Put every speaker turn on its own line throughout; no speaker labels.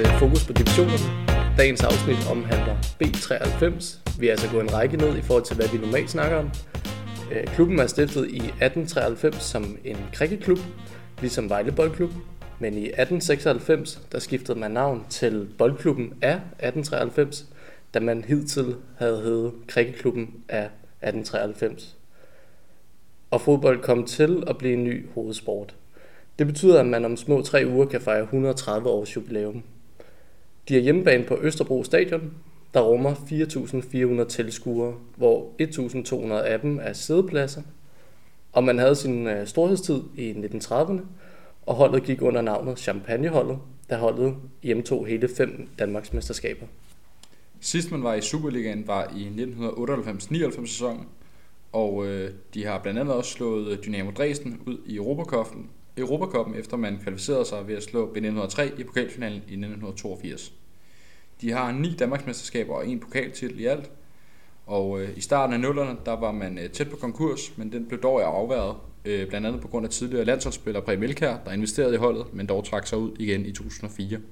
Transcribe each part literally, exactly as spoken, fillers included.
til Fokus på divisionerne. Dagens afsnit omhandler B treoghalvfems. Vi er altså gået en række ned i forhold til, hvad vi normalt snakker om. Klubben er stiftet i atten treoghalvfems som en cricketklub, ligesom Vejle Boldklub. Men i atten seksoghalvfems, der skiftede man navn til Boldklubben af atten treoghalvfems, da man hidtil havde heddet Cricketklubben af atten treoghalvfems. Og fodbold kom til at blive en ny hovedsport. Det betyder, at man om små tre uger kan fejre et hundrede og tredive års jubilæum. De er hjemmebane på Østerbro Stadion, der rummer fire tusind fire hundrede tilskuere, hvor et tusind to hundrede af dem er siddepladser. Og man havde sin storhedstid i nitten trediverne, og holdet gik under navnet Champagneholdet, der holdet hjemtog hele fem Danmarksmesterskaber. Sidst man var i Superligaen var i nitten otteoghalvfems nioghalvfems sæsonen, og øh, de har blandt andet også slået Dynamo Dresden ud i Europacupen, Europacupen efter man kvalificerede sig ved at slå B nitten hundrede og tre i pokalfinalen i nitten toogfirs. De har ni Danmarksmesterskaber og en pokaltitel i alt, og øh, i starten af nullerne der var man øh, tæt på konkurs, men den blev dog afværget, øh, blandt andet på grund af tidligere landsholdsspiller Preben Elkjær, der investerede i holdet, men dog trak sig ud igen i to tusind og fire.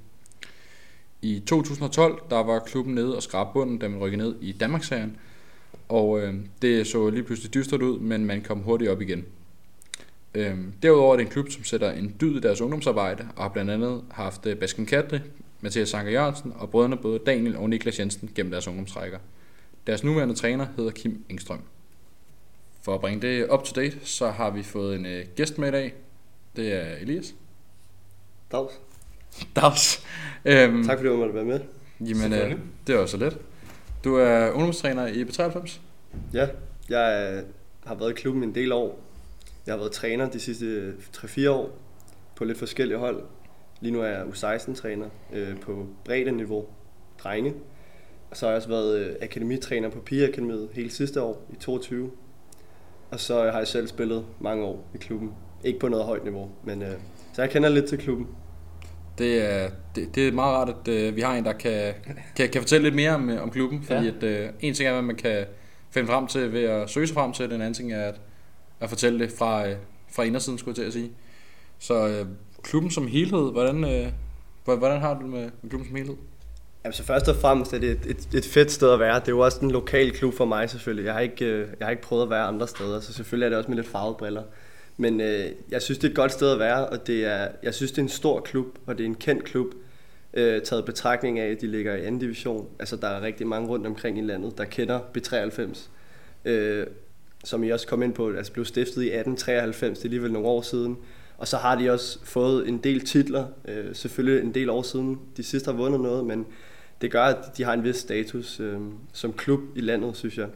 I to tusind og tolv der var klubben nede og skrabte bunden, da man rykkede ned i Danmarksserien, og øh, det så lige pludselig dystert ud, men man kom hurtigt op igen. Øh, derudover er det en klub, som sætter en dyd i deres ungdomsarbejde, og har blandt andet haft øh, Basken Kadri, Mathias Anker Jørgensen og brødrene både Daniel og Niklas Jensen gennem deres ungdomstrækker. Deres nuværende træner hedder Kim Engstrøm. For at bringe det up to date, så har vi fået en øh, gæst med i dag. Det er Elias.
Dags.
Dags. Øhm,
tak fordi du måtte være med.
Jamen, øh, det er også så let. Du er ungdomstræner i B treoghalvfems?
Ja, jeg øh, har været i klubben en del år. Jeg har været træner de sidste tre fire år på lidt forskellige hold. Lige nu er jeg U seksten-træner øh, på breddeniveau, drenge. Og så har jeg også været øh, akademitræner på pigeakademiet hele sidste år i toogtyve. Og så har jeg selv spillet mange år i klubben. Ikke på noget højt niveau, men øh, så jeg kender lidt til klubben.
Det er, det, det er meget rart, at øh, vi har en, der kan, kan, kan fortælle lidt mere om, om klubben. Fordi ja. at, øh, en ting er, hvad man kan finde frem til ved at søge sig frem til. Den anden ting er at, at fortælle det fra, øh, fra indersiden, skulle jeg til at sige. Så øh, klubben som helhed, hvordan, øh, hvordan har du det med, med klubben som helhed?
Jamen, så først og fremmest er det et, et, et fedt sted at være. Det er jo også en lokal klub for mig selvfølgelig. Jeg har ikke, øh, jeg har ikke prøvet at være andre steder, så selvfølgelig er det også med lidt farvede briller. Men øh, jeg synes, det er et godt sted at være, og det er, jeg synes, det er en stor klub, og det er en kendt klub, øh, taget betragtning af, at de ligger i anden division. Altså, der er rigtig mange rundt omkring i landet, der kender B treoghalvfems. Øh, som I også kom ind på, altså blev stiftet i atten treoghalvfems, det er alligevel nogle år siden. Og så har de også fået en del titler, øh, selvfølgelig en del år siden. De sidste har vundet noget, men det gør, at de har en vis status øh, som klub i landet, synes jeg.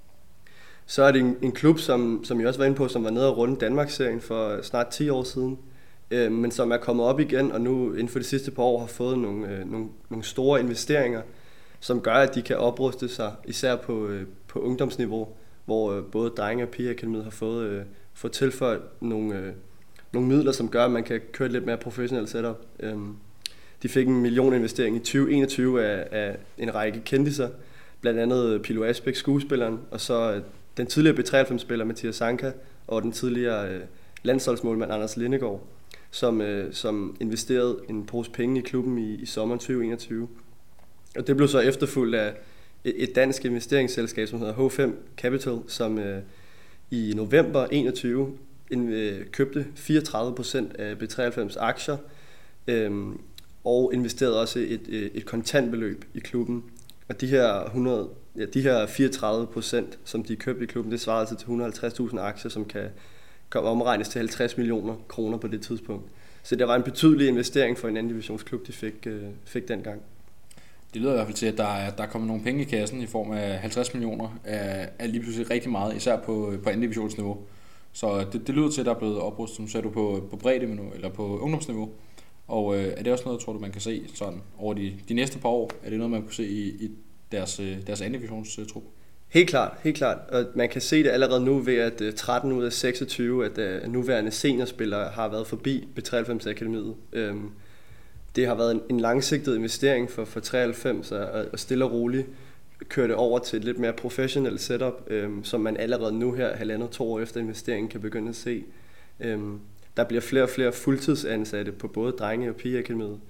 Så er det en, en klub, som, som jeg også var inde på, som var nede og runde Danmarksserien for snart ti år siden, øh, men som er kommet op igen, og nu inden for de sidste par år har fået nogle, øh, nogle, nogle store investeringer, som gør, at de kan opruste sig, især på, øh, på ungdomsniveau, hvor øh, både drenge og pigeakademiet har fået, øh, fået tilføjet nogle, øh, nogle midler, som gør, at man kan køre lidt mere professionelt setup. Øh, de fik en millioninvestering i tyve enogtyve af, af en række kendiser, blandt andet Pilo Asbæk, skuespilleren, og så øh, den tidligere B treoghalvfems-spiller Mathias Anker og den tidligere øh, landsholdsmålmand Anders Lindegaard, som, øh, som investerede en pose penge i klubben i, i sommeren tyve enogtyve. Og det blev så efterfulgt af et, et dansk investeringsselskab, som hedder H fem Capital, som øh, i november enogtyve in, øh, købte fireogtredive procent af B treoghalvfems aktier øh, og investerede også et, et, et kontantbeløb i klubben. Og de her, hundrede, ja, de her fireogtredive procent, som de købte i klubben, det svarer altså til et hundrede og halvtreds tusind aktier, som kan, kan omregnes til halvtreds millioner kroner på det tidspunkt. Så det var en betydelig investering for en anden divisionsklub, de fik, øh, fik dengang.
Det lyder i hvert fald til, at der er, der er kommet nogle penge i kassen i form af halvtreds millioner, er, er lige pludselig rigtig meget, især på, på anden divisionsniveau. Så det, det lyder til, at der er blevet oprustet, som sagde du, på, på bredde eller på ungdomsniveau. Og øh, er det også noget, tror du, man kan se sådan over de, de næste par år? Er det noget, man kan se i, i deres, deres anden divisionstrup?
Helt klart, helt klart. Og man kan se det allerede nu ved, at tretten ud af seksogtyve at uh, nuværende seniorspillere har været forbi B treoghalvfems-akademiet. Um, det har været en, en langsigtet investering for, for treoghalvfems, og, og stille og roligt køre det over til et lidt mere professionelt setup, um, som man allerede nu her, halvandet to år efter investeringen, kan begynde at se. Um, Der bliver flere og flere fuldtidsansatte på både drenge- og pigeakademiet.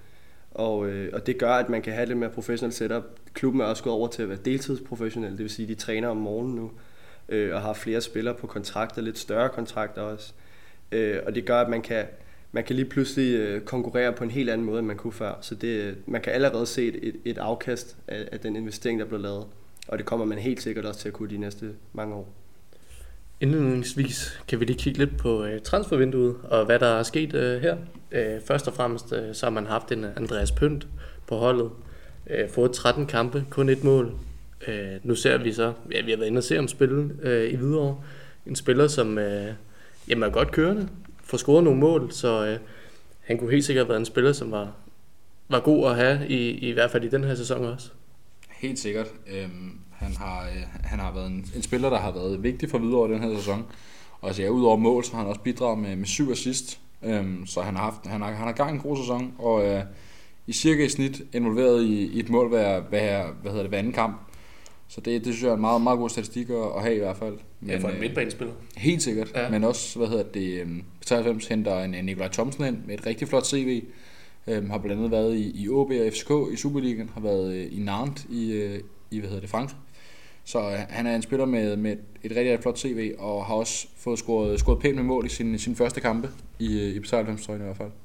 Og, øh, og det gør, at man kan have lidt mere professionelt setup. Klubben er også gået over til at være deltidsprofessionel, det vil sige, at de træner om morgenen nu, øh, og har flere spillere på kontrakter, lidt større kontrakter også. Øh, og det gør, at man kan, man kan lige pludselig øh, konkurrere på en helt anden måde, end man kunne før. Så det, man kan allerede se et, et, et afkast af, af den investering, der blev lavet. Og det kommer man helt sikkert også til at kunne de næste mange år.
Indledningsvis kan vi lige kigge lidt på uh, transfervinduet og hvad der er sket uh, her. Uh, først og fremmest uh, så har man haft en Andreas Pønt på holdet. Uh, fået tretten kampe, kun et mål. Uh, nu ser vi så, ja, vi har været inde og se ham spille uh, i Hvidovre. En spiller, som uh, jamen, er godt kørende, får scoret nogle mål, så uh, han kunne helt sikkert have været en spiller, som var, var god at have, i, i hvert fald i den her sæson også.
Helt sikkert. Øhm, han, har, øh, han har været en, en spiller, der har været vigtig for Hvidovre den her sæson. Og altså, ja, udover mål, så har han også bidraget med, med syv assist. Øhm, så han har, haft, han, har, han har gang en god sæson, og øh, i cirka i snit involveret i, i et mål hver, hver, hvad hedder det, hver anden kamp. Så det, det synes jeg er en meget, meget god statistik at, at have i hvert fald.
Men, ja, for en midtbanespiller.
Øh, helt sikkert, ja. Men også, hvad hedder det, B treoghalvfems henter en, en Nikolaj Thomsen ind med et rigtig flot C V. Øhm, har blandt andet været i, i O B og F C K i Superligaen, har været øh, i Nantes i, øh, i hvad hedder det, Frankrig. Så øh, han er en spiller med, med et, et rigtig, rigtig flot C V, og har også fået scoret, scoret pænt med mål i sin, sin første kampe i, i B treoghalvfems-trøjen i hvert fald.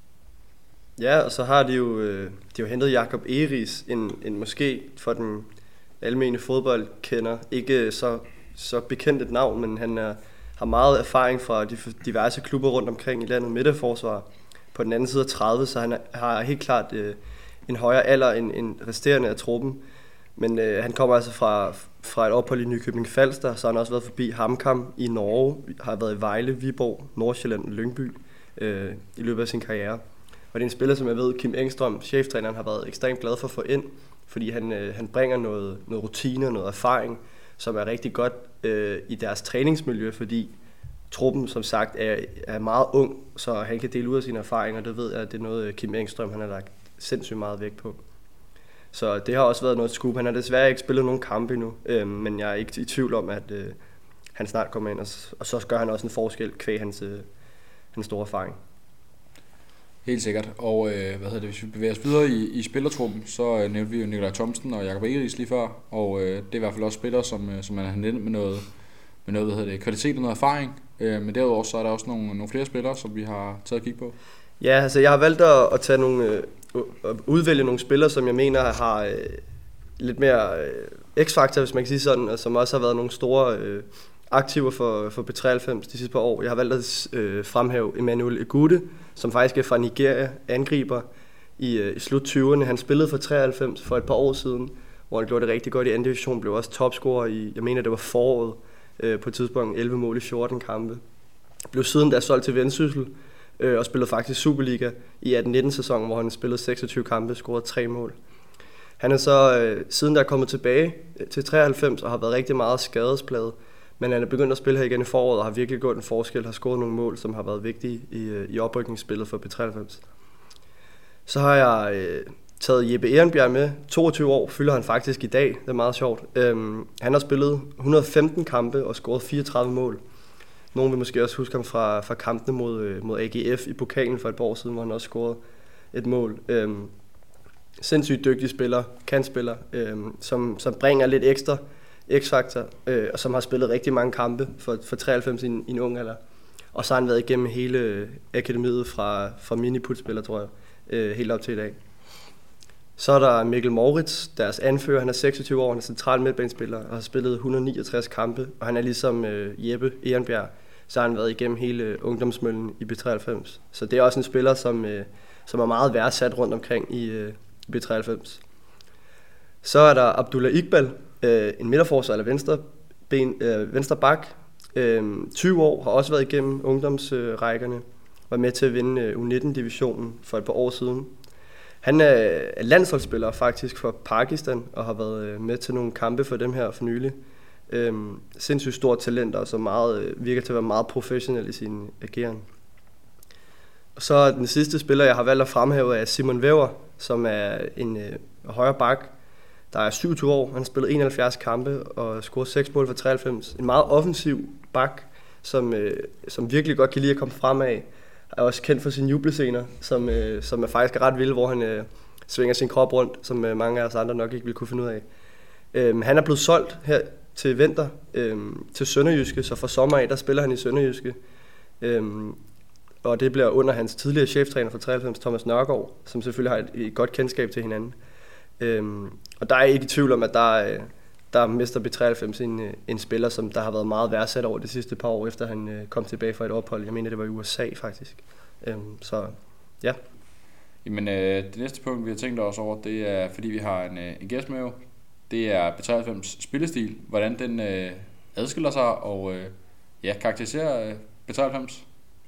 Ja, og så har de jo, de har jo hentet Jakob Eris, en, en måske for den almene fodboldkender, ikke så, så bekendt et navn, men han er, har meget erfaring fra de diverse klubber rundt omkring i landet, midterforsvar. På den anden side af tredive, så han har helt klart øh, en højere alder end, end resterende af truppen. Men øh, han kommer altså fra, fra et ophold i Nykøbing Falster, så har han også været forbi HamKam i Norge, har været i Vejle, Viborg, Nordsjælland og Lyngby øh, i løbet af sin karriere. Og det er en spiller, som jeg ved, Kim Engstrøm, cheftræneren, har været ekstremt glad for at få ind, fordi han, øh, han bringer noget, noget rutine og noget erfaring, som er rigtig godt øh, i deres træningsmiljø, fordi truppen, som sagt, er, er meget ung, så han kan dele ud af sine erfaringer. Det ved jeg, at det er noget, Kim Engstrøm han har lagt sindssygt meget vægt på. Så det har også været noget scoop. Han har desværre ikke spillet nogen kampe endnu, øh, men jeg er ikke i tvivl om, at øh, han snart kommer ind, og, og så gør han også en forskel kvæg hans, øh, hans store erfaring. Helt
sikkert. Og øh, hvad hedder det, hvis vi bevæger os videre i, i spillertruppen, så øh, nævnte vi jo Nikolaj Thomsen og Jakob Eris lige før, og øh, det er i hvert fald også spillere, som, øh, som man har hentet med noget, med noget, hvad hedder det, kvalitet og noget erfaring. Øh, men derudover så er der også nogle, nogle flere spillere, som vi har taget at kigge på.
Ja, altså jeg har valgt at, at tage nogle, øh, at udvælge nogle spillere, som jeg mener har øh, lidt mere øh, x-faktor, hvis man kan sige sådan, og som også har været nogle store øh, aktiver for, for B treoghalvfems de sidste par år. Jeg har valgt at øh, fremhæve Emmanuel Egude, som faktisk er fra Nigeria, angriber i, øh, i slut tyverne. Han spillede for treoghalvfems for et par år siden, hvor han gjorde det rigtig godt i anden division, blev også topscorer i, jeg mener det var foråret, øh, på et tidspunkt elleve mål i fjorten kampe. Blev siden da solgt til Vendsyssel, øh, og spillede faktisk Superliga i atten nitten sæsonen, hvor han spillede seksogtyve kampe, scorede tre mål. Han er så øh, siden der er kommet tilbage til treoghalvfems og har været rigtig meget skadespladet, men han er begyndt at spille her igen i foråret og har virkelig gjort en forskel, har scoret nogle mål, som har været vigtige i, i oprykningsspillet for B treoghalvfems. Så har jeg øh, taget Jeppe Ehrenbjerg med. toogtyve år fylder han faktisk i dag, det er meget sjovt. Øhm, han har spillet et hundrede og femten kampe og scoret fireogtredive mål. Nogle vil måske også huske ham fra, fra kampene mod, mod A G F i pokalen for et par år siden, hvor han også scorede et mål. Øhm, sindssygt dygtig spiller, kantspiller, øhm, som, som bringer lidt ekstra x-faktor, øh, og som har spillet rigtig mange kampe for, for treoghalvfems i en, i en ung alder. Og så har han været igennem hele akademiet fra, fra miniputspiller, tror jeg, øh, helt op til i dag. Så er der Mikkel Moritz, deres anfører. Han er seksogtyve år, han er central midtbanespiller og har spillet et hundrede og niogtres kampe. Og han er ligesom øh, Jeppe Ehrenbjerg, så har han været igennem hele ungdomsmøllen i B treoghalvfems. Så det er også en spiller, som, øh, som er meget værdsat rundt omkring i øh, B treoghalvfems. Så er der Abdullah Iqbal, øh, en midterforsvar eller venstre, ben, øh, venstre bak. Øh, tyve år, har også været igennem ungdomsrækkerne. Øh, var med til at vinde øh, U nitten-divisionen for et par år siden. Han er landsholdsspiller faktisk for Pakistan og har været med til nogle kampe for dem her for nylig. Øhm, sindssygt stort talent og så meget, virker til at være meget professionel i sin ageren. Og så er den sidste spiller, jeg har valgt at fremhæve, er Simon Væver, som er en øh, højre bak, der er syvogtyve år. Han har spillet enoghalvfjerds kampe og scoret seks mål for treoghalvfems. En meget offensiv bak, som, øh, som virkelig godt kan lide at komme fremad. er også kendt for sine jubelscener, som, øh, som er faktisk ret vilde, hvor han øh, svinger sin krop rundt, som øh, mange af os andre nok ikke ville kunne finde ud af. Øh, han er blevet solgt her til vinter øh, til Sønderjyske, så fra sommer af, der spiller han i Sønderjyske. Øh, og det bliver under hans tidligere cheftræner for treoghalvfems, Thomas Nørgaard, som selvfølgelig har et, et godt kendskab til hinanden. Øh, og der er ikke i tvivl om, at der er... Øh, der mister B treoghalvfems en, en spiller, som der har været meget værdsat over de sidste par år, efter han øh, kom tilbage fra et ophold. Jeg mener, det var i U S A faktisk. Øhm, så ja.
Jamen, øh, det næste punkt, vi har tænkt os over, det er, fordi vi har en, øh, en gæst med jo. Det er B treoghalvfems spillestil. Hvordan den øh, adskiller sig og øh, ja, karakteriserer øh, B treoghalvfems?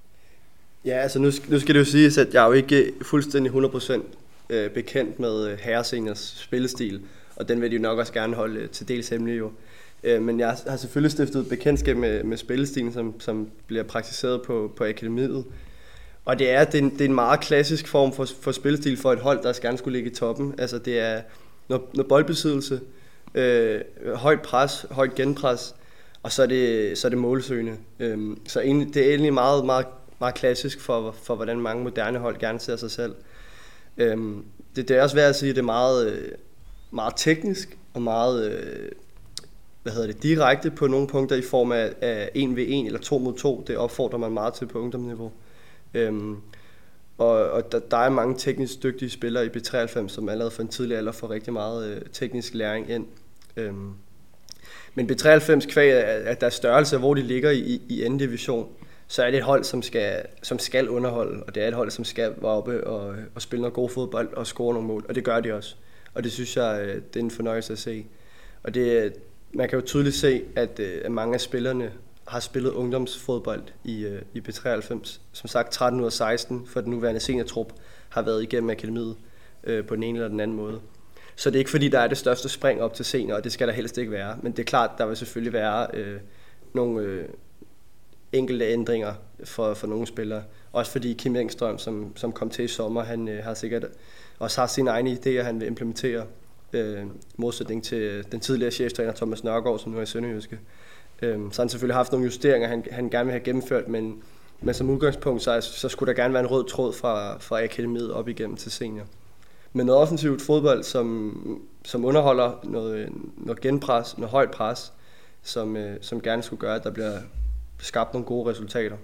Ja, altså nu, nu skal det jo siges, at jeg er jo ikke fuldstændig hundrede procent øh, bekendt med herreseniors spillestil. Og den vil de jo nok også gerne holde til dels hemmelig jo. Men jeg har selvfølgelig stiftet bekendtskab med, med spillestilen, som, som bliver praktiseret på, på akademiet. Og det er, det er, en, det er en meget klassisk form for, for spillestil for et hold, der gerne skulle ligge i toppen. Altså det er noget, noget boldbesiddelse, øh, højt pres, højt genpres, og så er det, så er det målsøgende. Øh, så egentlig, det er egentlig meget, meget, meget klassisk for, for, hvordan mange moderne hold gerne ser sig selv. Øh, det, det er også værd at sige, at det er meget... Øh, meget teknisk og meget øh, hvad hedder det, direkte på nogle punkter i form af, af en ved en eller to mod to. Det opfordrer man meget til på ungdomsniveau. Øhm, og og der, der er mange teknisk dygtige spillere i B treoghalvfems, som allerede for en tidlig alder får rigtig meget øh, teknisk læring ind. Øhm, men B treoghalvfems kvæg af deres størrelse, hvor de ligger i, i anden division, så er det et hold, som skal, som skal underholde, og det er et hold, som skal være oppe og, og spille noget god fodbold og score nogle mål, og det gør de også. Og det synes jeg, det er en fornøjelse at se. Og det, man kan jo tydeligt se, at, at mange af spillerne har spillet ungdomsfodbold i, i B treoghalvfems. Som sagt, tretten ud af seksten for den nuværende seniortrup har været igennem akademiet øh, på den ene eller den anden måde. Så det er ikke fordi, der er det største spring op til senior, og det skal der helst ikke være. Men det er klart, der vil selvfølgelig være øh, nogle øh, enkelte ændringer for, for nogle spillere. Også fordi Kim Engstrøm, som, som kom til i sommer, han øh, har sikkert også har sine egne idéer, han vil implementere, øh, modsætning til den tidligere cheftræner Thomas Nørgaard, som nu er i Sønderjyske. Øh, så han selvfølgelig haft nogle justeringer, han, han gerne vil have gennemført, men, men som udgangspunkt, så, så skulle der gerne være en rød tråd fra, fra akademiet op igennem til senior. Men noget offensivt fodbold, som, som underholder noget, noget genpres, noget højt pres, som, øh, som gerne skulle gøre, at der bliver skabt nogle gode resultater.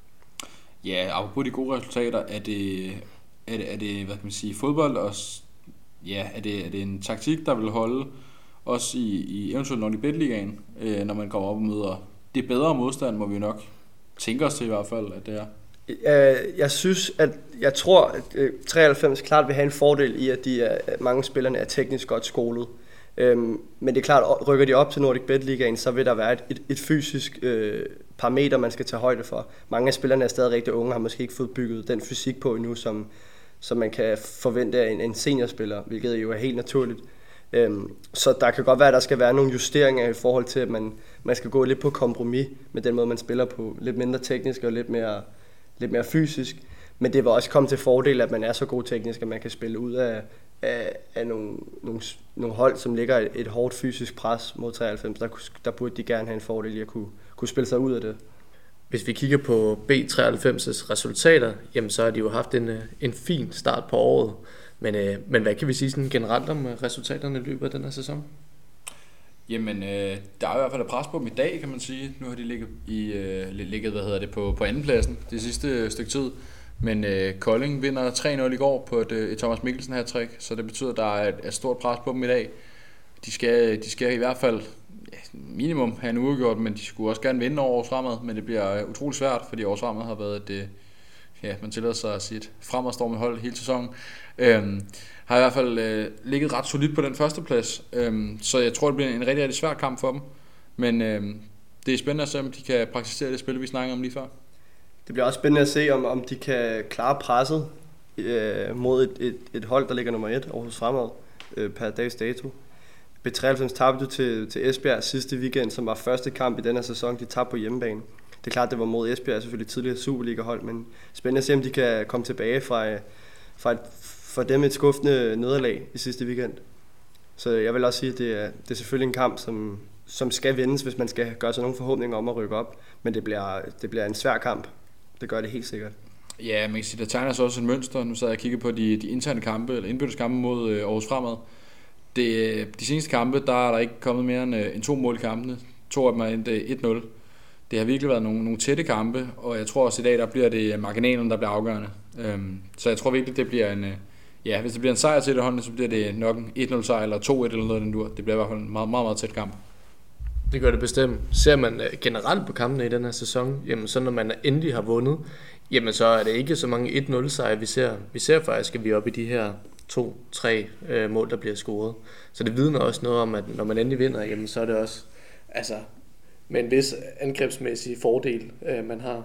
Ja, apropos de gode resultater, er det... Er det, er det, hvad kan man sige, fodbold og ja, er det, er det en taktik, der vil holde også i, i eventuelt Nordic Bet Ligaen, øh, når man kommer op og møder det bedre modstand, må vi nok tænke os til i hvert fald, at det er.
Jeg, jeg synes, at jeg tror, at treoghalvfems klart vil have en fordel i, at de er, at mange spillerne er teknisk godt skolet. Øhm, men det er klart, rykker de op til Nordic Bet Ligaen, så vil der være et, et, et fysisk øh, parameter, man skal tage højde for. Mange af spillerne er stadig rigtig unge, har måske ikke fået bygget den fysik på endnu, som som man kan forvente af en, en seniorspiller, hvilket jo er helt naturligt. Øhm, så der kan godt være, at der skal være nogle justeringer i forhold til, at man, man skal gå lidt på kompromis med den måde, man spiller på. Lidt mindre teknisk og lidt mere, lidt mere fysisk. Men det vil også komme til fordel, at man er så god teknisk, at man kan spille ud af, af, af nogle, nogle, nogle hold, som ligger et, et hårdt fysisk pres mod treoghalvfems. Der, der burde de gerne have en fordel i at kunne, kunne spille sig ud af det.
Hvis vi kigger på B treoghalvfems' resultater, jamen så har de jo haft en, en fin start på året. Men, øh, men hvad kan vi sige sådan generelt om resultaterne i løbet af den her sæson?
Jamen, øh, der er i hvert fald et pres på dem i dag, kan man sige. Nu har de ligget, i, øh, ligget hvad hedder det, på, på andenpladsen det sidste stykke tid. Men øh, Kolding vinder tre nul i går på et, et Thomas Mikkelsen hat-trick, så det betyder, at der er et, et stort pres på dem i dag. De skal, de skal i hvert fald ja, minimum have en uafgjort, men de skulle også gerne vinde over Aarhus Fremad, men det bliver utrolig svært, fordi Aarhus Fremad har været et, ja, man tillader sig at sige et fremadstormende hold hele sæsonen. Øhm, har i hvert fald øh, ligget ret solidt på den første plads, øhm, så jeg tror, det bliver en rigtig, rigtig svær kamp for dem. Men øhm, det er spændende at se, om de kan praktisere det spil, vi snakkede om lige før. Det
bliver også spændende at se, om, om de kan klare presset øh, mod et, et, et hold, der ligger nummer et, Aarhus Fremad, øh, per dags dato. B treoghalvfems tabte til, til Esbjerg sidste weekend, som var første kamp i denne sæson. De tabte på hjemmebane. Det er klart, det var mod Esbjerg, selvfølgelig tidligere Superliga-hold, men spændende at se, om de kan komme tilbage fra, fra et, for dem et skuffende nederlag i sidste weekend. Så jeg vil også sige, at det er, det er selvfølgelig en kamp, som, som skal vindes, hvis man skal gøre sig nogle forhåbninger om at rykke op. Men det bliver, det bliver en svær kamp. Det gør det helt sikkert.
Ja, man kan sige, der tegner sig også et mønster. Nu sad jeg og kiggede på de, de interne kampe, eller indbyrdes kampe mod øh, Aarhus Fremad. Det, de seneste kampe, der er der ikke kommet mere end, øh, end to mål i kampene. To af dem er endt et nul. Det har virkelig været nogle, nogle tætte kampe, og jeg tror også i dag, der bliver det marginalen, der bliver afgørende. Øhm, så jeg tror virkelig, det bliver en... Øh, ja, hvis det bliver en sejr til det holdene, så bliver det nok en et nul sejr, eller to et eller noget den dur. Det bliver i hvert fald en meget, meget, meget tæt kamp.
Det gør det bestemt. Ser man generelt på kampene i den her sæson, jamen så når man endelig har vundet, jamen så er det ikke så mange et nul sejre, vi ser. Vi ser faktisk, at vi er oppe i de her to tre øh, mål, der bliver scoret. Så det vidner også noget om, at når man endelig vinder, jamen så er det også altså, med en vis angrebsmæssig fordel, øh, man har.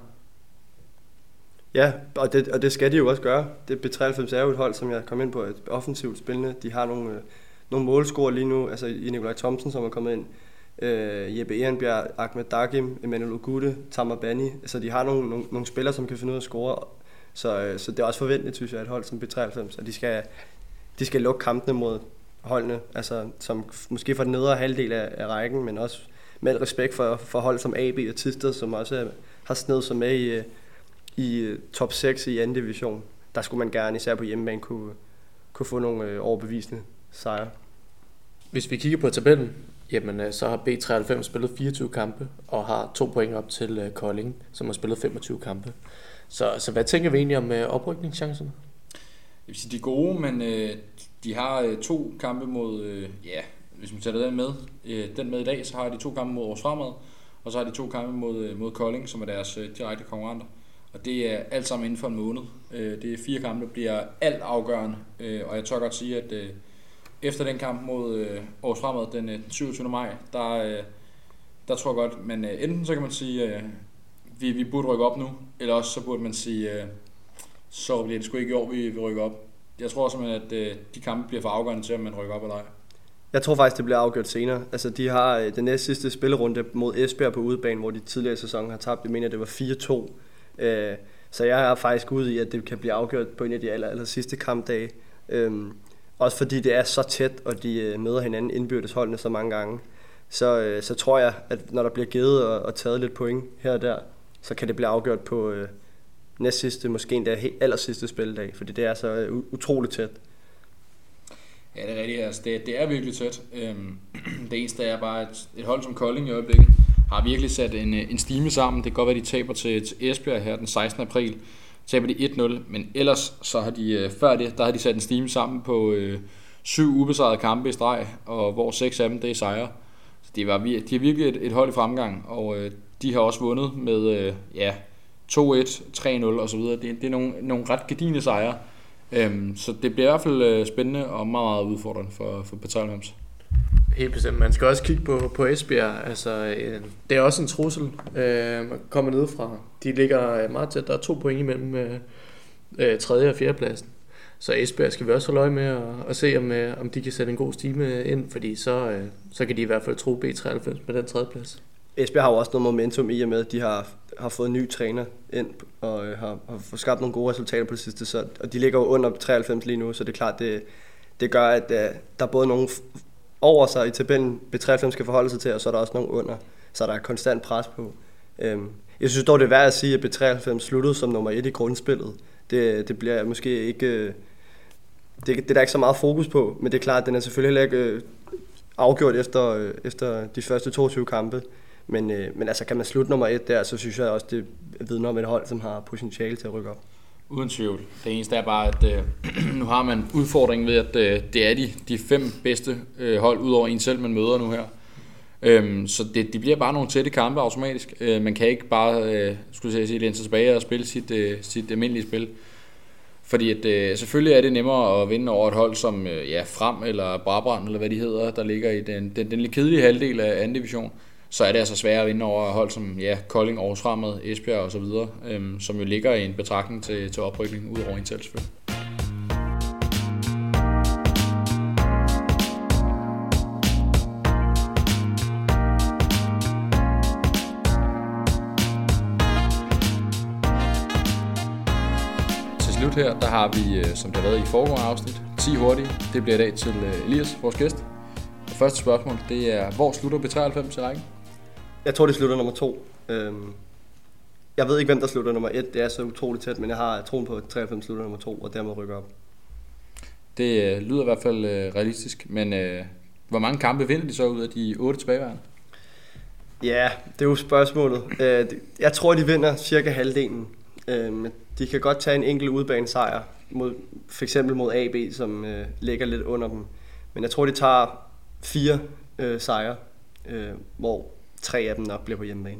Ja, og det, og det skal de jo også gøre. Det B treoghalvfems er jo et hold, som jeg kom ind på, et offensivt spillende. De har nogle, øh, nogle målscorer lige nu, altså i Nikolaj Thomsen, som er kommet ind. Øh, Jeppe Ehrenbjerg, Ahmed Dagim, Emmanuel Ogude, Tamar Bani. Altså de har nogle, nogle, nogle spillere, som kan finde ud af at score. Så, øh, så det er også forventeligt, synes jeg, et hold som B treoghalvfems. Og de skal, de skal lukke kampene mod holdene, altså som måske for den nedre halvdel af, af rækken, men også med respekt for, for hold som A B og Thisted, som også har snedet sig med i, i top seks i anden division. Der skulle man gerne, især på hjemmebane, kunne, kunne få nogle overbevisende sejre.
Hvis vi kigger på tabellen, jamen så har B treoghalvfems spillet fireogtyve kampe og har to point op til Kolding, som har spillet femogtyve kampe. Så, så hvad tænker vi egentlig om oprykningschancerne?
Jeg vil sige, de er gode, men øh, de har øh, to kampe mod, øh, ja, hvis man tager den med, øh, den med i dag, så har de to kampe mod Aarhus Fremad, og så har de to kampe mod, øh, mod Kolding, som er deres øh, direkte konkurrenter. Og det er alt sammen inden for en måned. Øh, det er fire kampe, der bliver alt afgørende, øh, og jeg tør godt sige, at øh, efter den kamp mod øh, Aarhus Fremad den øh, syvogtyvende maj, der, øh, der tror jeg godt, men øh, enten så kan man sige, øh, vi, vi burde rykke op nu, eller også så burde man sige, øh, så bliver det sgu ikke i år, vi, vi rykker op. Jeg tror simpelthen, at øh, de kampe bliver for afgørende til, om man rykker op eller ej. Jeg
tror faktisk, det bliver afgjort senere. Altså, de har øh, den næste sidste spillerunde mod Esbjerg på udebane, hvor de tidligere sæson har tabt. Jeg mener, det var fire to. Øh, så jeg er faktisk ude i, at det kan blive afgjort på en af de aller, aller sidste kampdage. Øh, også fordi det er så tæt, og de øh, møder hinanden indbyrdes holdene så mange gange. Så, øh, så tror jeg, at når der bliver givet og, og taget lidt point her og der, så kan det blive afgjort på øh, næst sidste, måske endda aller sidste spilledag, fordi det er så øh, utroligt tæt.
Ja, det er rigtigt. Altså, det, det er virkelig tæt. Øhm, det eneste er bare, at et hold som Kolding i øjeblikket har virkelig sat en, en stime sammen. Det kan godt være, at de taber til, til Esbjerg her den sekstende april. Taber de et nul, men ellers så har de øh, før det, der har de sat en stime sammen på øh, syv ubesejrede kampe i streg, og hvor seks af dem det er sejre. Så det var, de er virkelig et, et hold i fremgang, og øh, de har også vundet med øh, ja, to et, tre nul og så videre. Det, det er nogle, nogle ret gedigne sejre. Øhm, så det bliver i hvert fald øh, spændende og meget, meget udfordrende for, for B treoghalvfems.
Helt bestemt. Man skal også kigge på, på Esbjerg. Altså, øh, det er også en trussel. Øh, man kommer ned fra. De ligger meget tæt. Der er to point imellem øh, øh, tredje og fjerde pladsen. Så Esbjerg skal vi også holde øje med og, og se, om, øh, om de kan sætte en god stime ind, fordi så, øh, så kan de i hvert fald tro B treoghalvfems med den tredje plads.
Esbjerg har jo også noget momentum i og med, at de har, har fået en ny træner ind og øh, har, har fået skabt nogle gode resultater på det sidste. Så, og de ligger jo under treoghalvfems lige nu, så det er klart, det, det gør, at øh, der er både nogle over sig i tabellen, B treoghalvfems skal forholde sig til, og så er der også nogle under, så der er konstant pres på. Øhm, jeg synes dog, det er værd at sige, at B treoghalvfems sluttede som nummer et i grundspillet. Det, det bliver måske ikke... Det, det er der ikke så meget fokus på, men det er klart, at den er selvfølgelig heller ikke øh, afgjort efter, øh, efter de første toogtyve kampe. Men, øh, men altså, kan man slutte nummer et der, så synes jeg også, det vidner om et hold, som har potentiale til at rykke op.
Uden tvivl. Det eneste er bare, at øh, nu har man udfordringen ved, at øh, det er de, de fem bedste øh, hold, udover en selv, man møder nu her. Øhm, så det, det bliver bare nogle tætte kampe automatisk. Øh, man kan ikke bare, øh, skulle jeg sige, læne sig tilbage og spille sit, øh, sit almindelige spil. Fordi at, øh, selvfølgelig er det nemmere at vinde over et hold som øh, ja, Frem eller Brabrand, eller hvad de hedder, der ligger i den, den, den lidt kedelige halvdel af anden division. Så er det altså svært at vinde over hold som ja, Kolding, Aarhus Fremad, Esbjerg og så videre, øhm, som jo ligger i en betragtning til, til oprykning ud over en selv selvfølgelig. Til slut her, der har vi, som der har været i foregående afsnit, ti hurtige. Det bliver i dag til Elias, vores gæst. Og første spørgsmål, det er, hvor slutter B treoghalvfems i rækken?
Jeg tror, det slutter nummer to. Øhm, Jeg ved ikke, hvem der slutter nummer et. Det er så utroligt tæt, men jeg har troen på, at treoghalvfems slutter nummer to, og dermed rykker op.
Det øh, lyder i hvert fald øh, realistisk, men øh, hvor mange kampe vinder de så ud af de otte tilbageværende?
Ja, det er jo spørgsmålet. Øh, jeg tror, de vinder cirka halvdelen. Øh, de kan godt tage en enkelt udbanesejr, mod, for eksempel mod A B, som øh, ligger lidt under dem. Men jeg tror, de tager fire øh, sejre, øh, hvor tre af dem nok bliver på hjemmebane.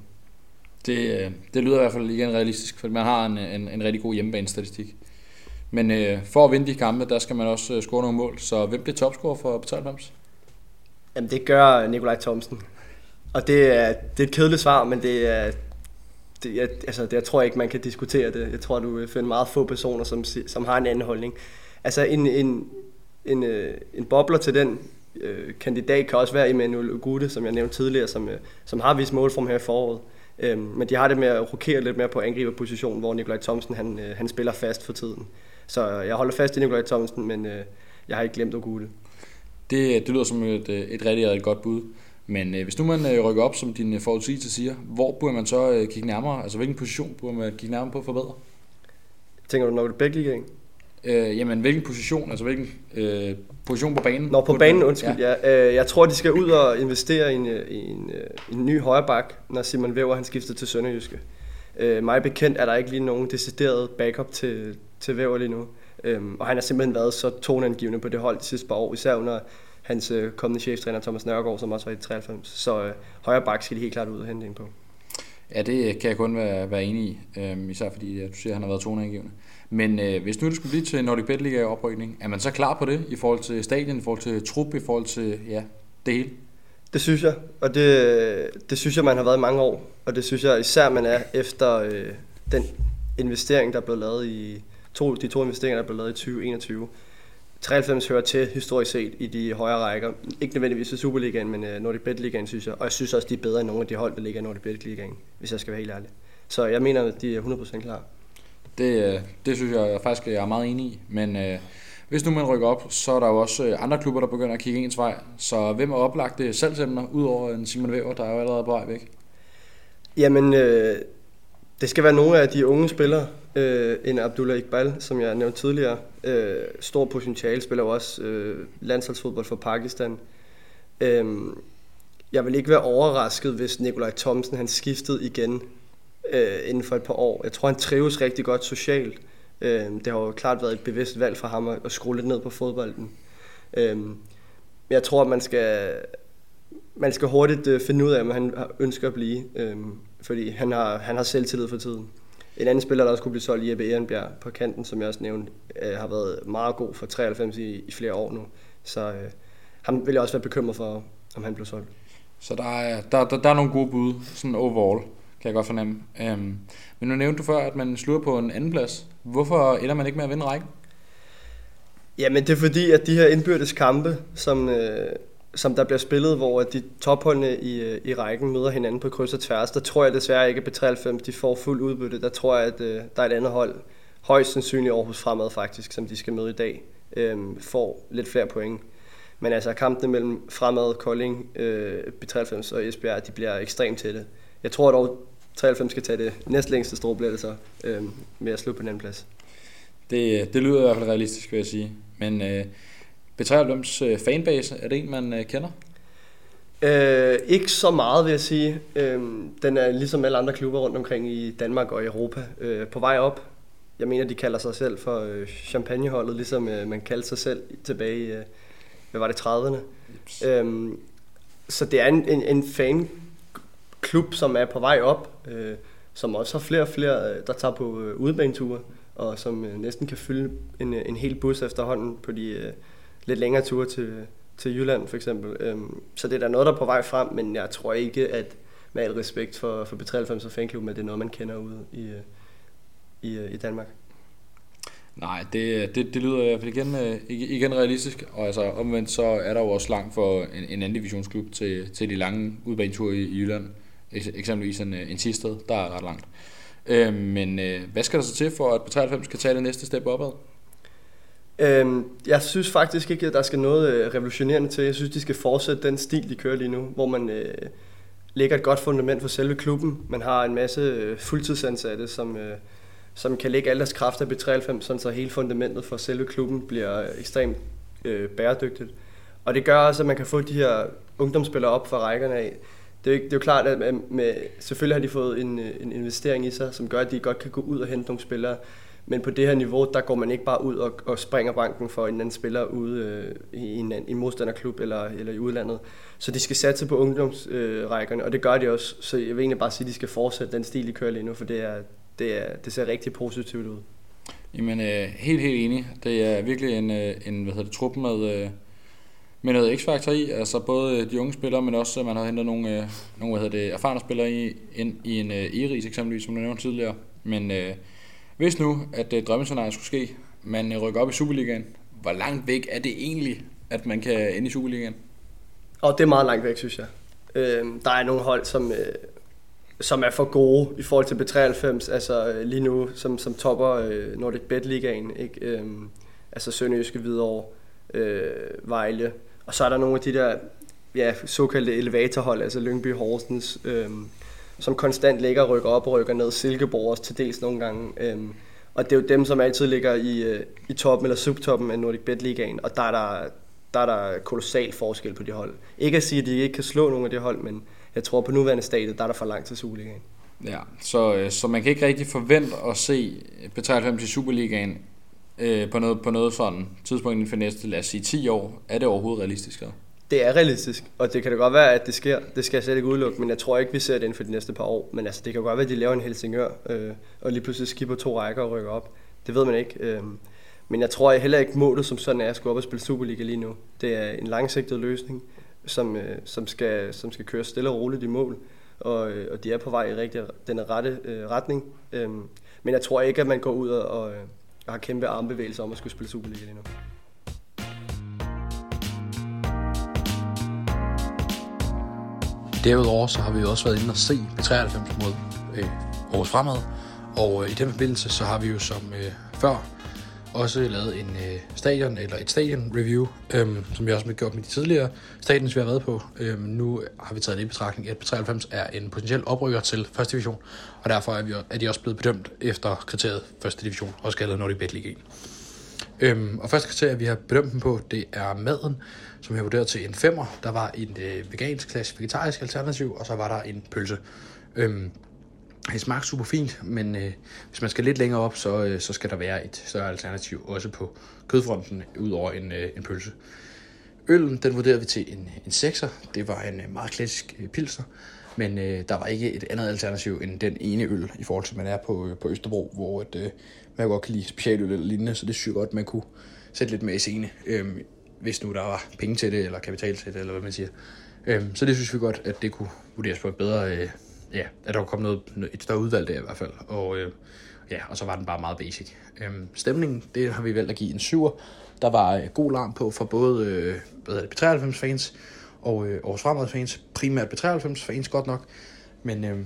Det, det lyder i hvert fald igen realistisk, for man har en, en, en rigtig god hjemmebanestatistik. Men øh, for at vinde de kampe, der skal man også øh, score nogle mål. Så hvem bliver topscorer for B treoghalvfems?
Jamen det gør Nikolaj Thomsen. Og det er, det er et kedeligt svar, men det er, det, jeg, altså, det, jeg tror ikke, man kan diskutere det. Jeg tror, du finder meget få personer, som, som har en anden holdning. Altså en, en, en, en bobler til den øh, kandidat kan også være Emmanuel Ugude, som jeg nævnte tidligere, som, øh, som har vist målform her i foråret. Øhm, men de har det med at rokere lidt mere på angriberposition, hvor Nikolaj Thomsen han, øh, han spiller fast for tiden. Så jeg holder fast i Nikolaj Thomsen, men øh, jeg har ikke glemt Ugude.
Det, det lyder som et, et rigtig, rigtig godt bud. Men øh, hvis nu man øh, rykker op, som din forudsigelse siger, hvor burde man så øh, kigge nærmere? Altså hvilken position burde man kigge nærmere på at forbedre?
Tænker du, når det begge ligaen?
Øh, jamen hvilken position, altså hvilken øh, position på banen?
Nå, på banen, undskyld, ja. ja. Øh, jeg tror, de skal ud og investere i en, i en, i en ny højreback, når Simon Væver han skifter til Sønderjyske. Øh, mig bekendt er der ikke lige nogen decideret backup til, til Væver lige nu. Øh, og han har simpelthen været så toneangivende på det hold de sidste par år, især under hans øh, kommende cheftræner Thomas Nørgaard, som også var i treoghalvfems. Så øh, højreback skal de helt klart ud og hente en på.
Ja, det kan jeg kun være, være enig i, øh, især fordi ja, du siger, at han har været toneangivende. Men øh, hvis nu det skulle blive til Nordic Bet Liga oprykning, er man så klar på det i forhold til stadion, i forhold til trup, i forhold til ja, det hele?
Det synes jeg, og det, det synes jeg, man har været i mange år. Og det synes jeg især, man er efter øh, den investering, der er blevet lavet i to, de to investeringer, der er blevet lavet i tyve enogtyve. treoghalvfems hører til historisk set i de højere rækker. Ikke nødvendigvis i Superligaen, men uh, Nordic Bet Ligaen, synes jeg. Og jeg synes også, de er bedre end nogle af de hold, der ligger i Nordic Bet Ligaen, hvis jeg skal være helt ærlig. Så jeg mener, at de er hundrede procent klar.
Det, det synes jeg faktisk, jeg er meget enig i. Men øh, hvis nu man rykker op, så er der jo også andre klubber, der begynder at kigge ens vej. Så hvem er oplagte salgsemner, udover en Simon Væver, der er jo allerede på vej væk?
Jamen, øh, det skal være nogle af de unge spillere. Øh, en Abdullah Iqbal, som jeg nævnte tidligere. Øh, stor potentiale, spiller også øh, landsholdsfodbold for Pakistan. Øh, jeg vil ikke være overrasket, hvis Nikolaj Thomsen han skiftede igen øh, inden for et par år. Jeg tror, han trives rigtig godt socialt. Øh, det har jo klart været et bevidst valg for ham at, at skrue lidt ned på fodbolden. Øh, men jeg tror, at man skal, man skal hurtigt øh, finde ud af, om han ønsker at blive. Øh, fordi han har, han har selvtillid for tiden. En anden spiller, der også kunne blive solgt, Jeppe Ehrenbjerg på kanten, som jeg også nævnte, øh, har været meget god for treoghalvfems i, i flere år nu. Så øh, ham vil jeg også være bekymret for, om han blev solgt.
Så der er, der, der, der er nogle gode bud, sådan overall, kan jeg godt fornemme. Um, men nu nævnte du før, at man slutter på en anden plads. Hvorfor ender man ikke med at vinde rækken?
Jamen det er fordi, at de her indbyrdes kampe, som, øh, som der bliver spillet, hvor de topholdene i, i rækken møder hinanden på kryds og tværs, der tror jeg desværre ikke, at B treoghalvfems de får fuld udbytte. Der tror jeg, at øh, der er et andet hold, højst sandsynligt Aarhus Fremad faktisk, som de skal møde i dag, øh, får lidt flere point. Men altså kampene mellem Fremad, Kolding, øh, B treoghalvfems og Esbjerg, de bliver ekstremt tætte. Jeg tror dog, treoghalvfems skal tage det næstlængste strå, bliver det så, øh, med at slutte på den anden plads.
Det, det lyder i hvert fald realistisk, vil jeg sige. Men øh, B treoghalvfems øh, fanbase, er det en, man øh, kender?
Øh, ikke så meget, vil jeg sige. Øh, den er ligesom alle andre klubber rundt omkring i Danmark og Europa øh, på vej op. Jeg mener, de kalder sig selv for øh, champagneholdet, ligesom øh, man kaldte sig selv tilbage i, øh, hvad var det, trediverne. Øh, så det er en, en, en fanklub, som er på vej op, øh, som også har flere og flere, der tager på øh, udebaneture, og som øh, næsten kan fylde en, en hel bus efterhånden på de øh, lidt længere ture til, til Jylland for eksempel. Øhm, så det er der noget, der er på vej frem, men jeg tror ikke, at med al respekt for, for B treoghalvfems og fanklubben, at det er noget, man kender ude i, i, i Danmark.
Nej, det, det, det lyder i hvert fald igen, igen realistisk, og altså omvendt så er der jo også langt for en, en anden divisionsklub til, til de lange udbaneture i, i Jylland. Eksempelvis en, en Thisted, der er ret langt. Øh, men øh, hvad skal der så til for, at B treoghalvfems kan tage det næste step opad?
Øhm, jeg synes faktisk ikke, at der skal noget øh, revolutionerende til. Jeg synes, de skal fortsætte den stil, de kører lige nu, hvor man øh, lægger et godt fundament for selve klubben. Man har en masse fuldtidsansatte, som, som kan lægge alle deres kræfter i B treoghalvfems, sådan så hele fundamentet for selve klubben bliver ekstremt øh, bæredygtigt. Og det gør også, at man kan få de her ungdomsspillere op fra rækkerne af. Det er jo, det er jo klart, at med, selvfølgelig har de fået en, en investering i sig, som gør, at de godt kan gå ud og hente nogle spillere. Men på det her niveau, der går man ikke bare ud og, og springer banken for en anden spiller ude øh, i en, en modstanderklub eller, eller i udlandet. Så de skal satse på ungdomsrækkerne, øh, og det gør de også. Så jeg vil egentlig bare sige, at de skal fortsætte den stil, de kører lige nu, for det, er, det, er, det ser rigtig positivt ud.
Jamen, øh, helt, helt enig. Det er virkelig en, en hvad hedder det, trup med, øh, med noget x-faktor i. Altså både de unge spillere, men også, at man har hentet nogle, øh, nogle hvad hedder det, erfarne spillere i, ind, i en øh, Eris eksempelvis, som du nævnte tidligere. Men øh, hvis nu, at det drømmescenariet skulle ske, man rykker op i Superligaen, hvor langt væk er det egentlig, at man kan ende i Superligaen?
Og det er meget langt væk, synes jeg. Øh, der er nogle hold, som, øh, som er for gode i forhold til B treoghalvfems, altså øh, lige nu, som, som topper øh, Nordic Bet Ligaen, ikke? Øh, altså Sønderjyske, Hvidovre, øh, Vejle. Og så er der nogle af de der ja, såkaldte elevatorhold, altså Lyngby, Horsens, øh, som konstant ligger og rykker op og rykker ned. Silkeborg også til dels nogle gange. Øhm, og det er jo dem, som altid ligger i, øh, i toppen eller subtoppen af Nordic Bet Ligaen. Og der er der, der er der kolossal forskel på de hold. Ikke at sige, at de ikke kan slå nogle af de hold, men jeg tror på nuværende stadie, der er der for langt til Superligaen.
Ja, så, så man kan ikke rigtig forvente at se B treoghalvfems i Superligaen øh, på, noget, på noget sådan tidspunkt for næste, lad os sige, ti år. Er det overhovedet realistisk? Så?
Det er realistisk, og det kan da godt være, at det sker. Det skal jeg slet ikke udelukke, men jeg tror ikke, vi ser det inden for de næste par år. Men altså, det kan godt være, at de laver en Helsingør, øh, og lige pludselig skipper to rækker og rykker op. Det ved man ikke. Øh. Men jeg tror heller ikke, målet som sådan er at skulle op og spille Superliga lige nu. Det er en langsigtet løsning, som, øh, som, skal, som skal køre stille og roligt i mål. Og, øh, og de er på vej i rigtig, den rette øh, retning. Øh. Men jeg tror ikke, at man går ud og, og, og har kæmpe armbevægelser om at skulle spille Superliga lige nu.
Derudover så har vi jo også været inde og se B treoghalvfems mod øh, Aarhus Fremad, og øh, i den forbindelse så har vi jo som øh, før også lavet en øh, stadion eller et stadion review, øh, som vi også har gjort med de tidligere stadions, vi har været på. Øh, nu har vi taget det i betragtning, at B treoghalvfems er en potentiel oprykker til første division, og derfor er, vi, er de også blevet bedømt efter kriteriet første division, også kaldet Nordic Bet Ligaen. Øhm, og første kriterie, vi har bedømt dem på, det er maden, som vi har vurderet til en femmer. Der var en øh, vegansk slags vegetarisk alternativ, og så var der en pølse. Øhm, det smagte super fint, men øh, hvis man skal lidt længere op, så, øh, så skal der være et større alternativ, også på kødfronten, ud over en, øh, en pølse. Øllen, den vurderede vi til en, en sekser. Det var en øh, meget klassisk øh, pilsner, men øh, der var ikke et andet alternativ end den ene øl, i forhold til, man er på, øh, på Østerbro, hvor et, øh, man godt kan lide specialøl eller lignende, så det synes jeg godt, man kunne sætte lidt mere i scene, øh, hvis nu der var penge til det, eller kapital til det, eller hvad man siger. Øh, så det synes vi godt, at det kunne vurderes på et bedre, øh, ja, at der kunne komme noget, et større udvalg der i hvert fald, og, øh, ja, og så var den bare meget basic. Øh, stemningen, det har vi valgt at give en syver. Der var øh, god larm på for både øh, hvad hedder det, B treoghalvfems fans og øh, Aarhus Fremad fans, primært B treoghalvfems fans godt nok, men øh,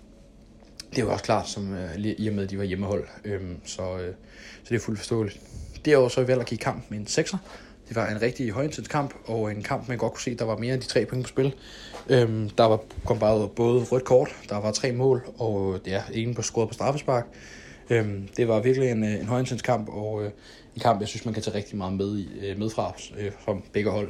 det er jo også klart, som øh, i og med, at de var hjemmehold, øh, så, øh, så det er fuldt forståeligt. Derudover så har vi valgt at give kamp med en sekser. Det var en rigtig højintens kamp, og en kamp, man godt kunne se, der var mere end de tre point på spil. Øhm, der var, kom bare både rødt kort, der var tre mål, og ja, en på scoret på straffespark. Øhm, det var virkelig en, en højintens kamp, og øh, en kamp, jeg synes, man kan tage rigtig meget med, i, øh, med fra, øh, fra begge hold.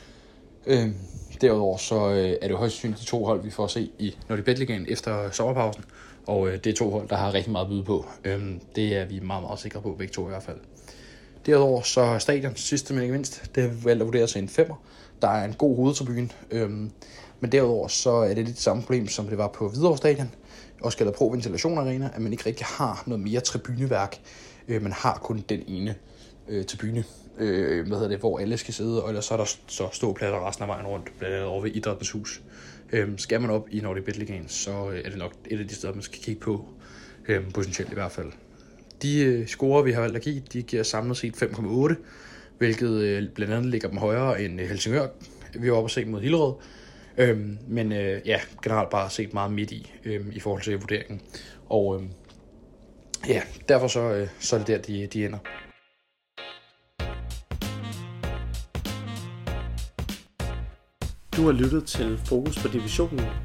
Øhm, derudover så øh, er det jo højst sandsynligt de to hold, vi får at se i Nordic Bet Ligaen efter sommerpausen, og øh, det er to hold, der har rigtig meget at byde på. Øhm, det er vi meget, meget sikre på, begge to i hvert fald. Derudover så stadion, sidste men ikke mindst, det har vi valgt at vurdere til en femmer. Der er en god hovedtribune, øhm, men derudover så er det lidt det samme problem, som det var på Hvidovre Stadion, også kaldet Pro Ventilation Arena, at man ikke rigtig har noget mere tribuneværk. Øh, man har kun den ene øh, tribune, øh, hvad hedder det, hvor alle skal sidde, og ellers så er der så ståpladser resten af vejen rundt, blandt andet over ved Idrættens Hus. Øh, skal man op i Nordic Bet Ligaen, så er det nok et af de steder, man skal kigge på, øh, potentielt i hvert fald. De øh, scorer, vi har valgt at give, de giver samlet set fem komma otte, hvilket øh, blandt andet ligger dem højere end Helsingør. Vi var oppe at se mod Hillerød, øhm, men øh, ja, generelt bare set meget midt i, øh, i forhold til vurderingen. Og øh, ja, derfor så, øh, så er det der, de, de ender.
Du har lyttet til Fokus på Divisionen.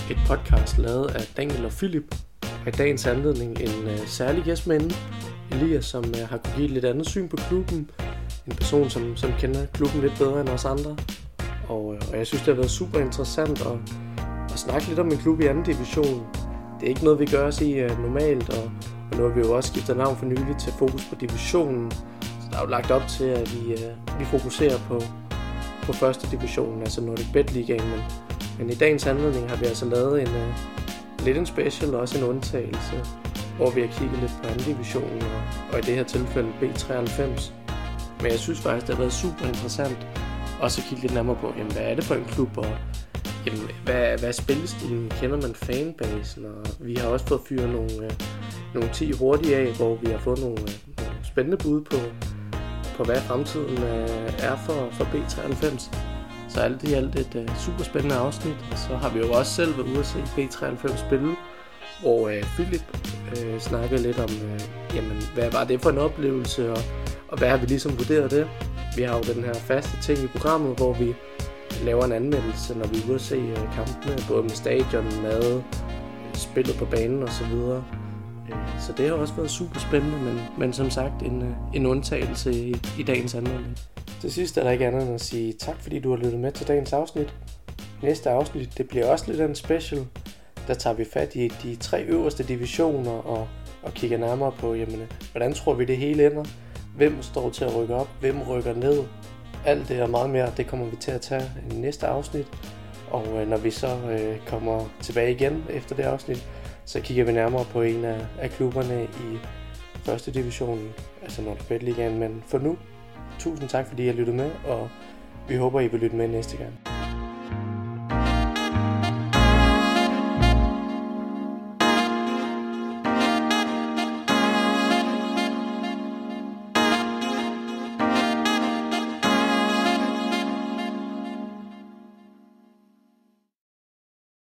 et podcast lavet af Daniel og Philip. Og i dagens anledning en uh, særlig gæst med inde, Elias, som uh, har kunne give et lidt andet syn på klubben. En person, som, som kender klubben lidt bedre end os andre. Og, uh, og jeg synes, det har været super interessant at, at snakke lidt om en klub i anden division. Det er ikke noget, vi gør os i uh, normalt, og, og nu har vi jo også skiftet navn for nylig til fokus på divisionen. Så der er jo lagt op til, at vi, uh, vi fokuserer på, på første divisionen, altså Nordic Bet Ligaen. Men, men i dagens anledning har vi altså lavet en, uh, lidt en special og også en undtagelse, hvor vi har kigget lidt på anden divisionen, og, og i det her tilfælde B treoghalvfems. Men jeg synes faktisk, det har været super interessant også at kigge lidt nærmere på, jamen, hvad er det for en klub, og jamen, hvad, hvad er spillestilen, kender man fanbasen, og vi har også fået fyret nogle, øh, nogle ti hurtige af, hvor vi har fået nogle, øh, nogle spændende bud på, på hvad fremtiden øh, er for, for B treoghalvfems. Så alt i alt et øh, super spændende afsnit, og så har vi jo også selv været ude at se B treoghalvfems spille, hvor øh, Philip øh, snakkede lidt om, øh, jamen, hvad var det for en oplevelse, og, og hvad har vi ligesom vurderet det. Vi har jo den her faste ting i programmet, hvor vi laver en anmeldelse, når vi er ude at se øh, kampene, både med stadion, mad, spillet på banen og så videre. Øh, så det har også været super spændende, men, men som sagt en, øh, en undtagelse i, i dagens anmeldelse. Til sidst er der ikke andet end at sige tak, fordi du har lyttet med til dagens afsnit. Næste afsnit, det bliver også lidt af en special. Der tager vi fat i de tre øverste divisioner og, og kigger nærmere på, jamen, hvordan tror vi det hele ender? Hvem står til at rykke op? Hvem rykker ned? Alt det og meget mere, det kommer vi til at tage i næste afsnit. Og øh, når vi så øh, kommer tilbage igen efter det afsnit, så kigger vi nærmere på en af, af klubberne i første division, altså Nordic Bet Ligaen. Men for nu, tusind tak fordi I har lyttet med, og vi håber I vil lytte med næste gang.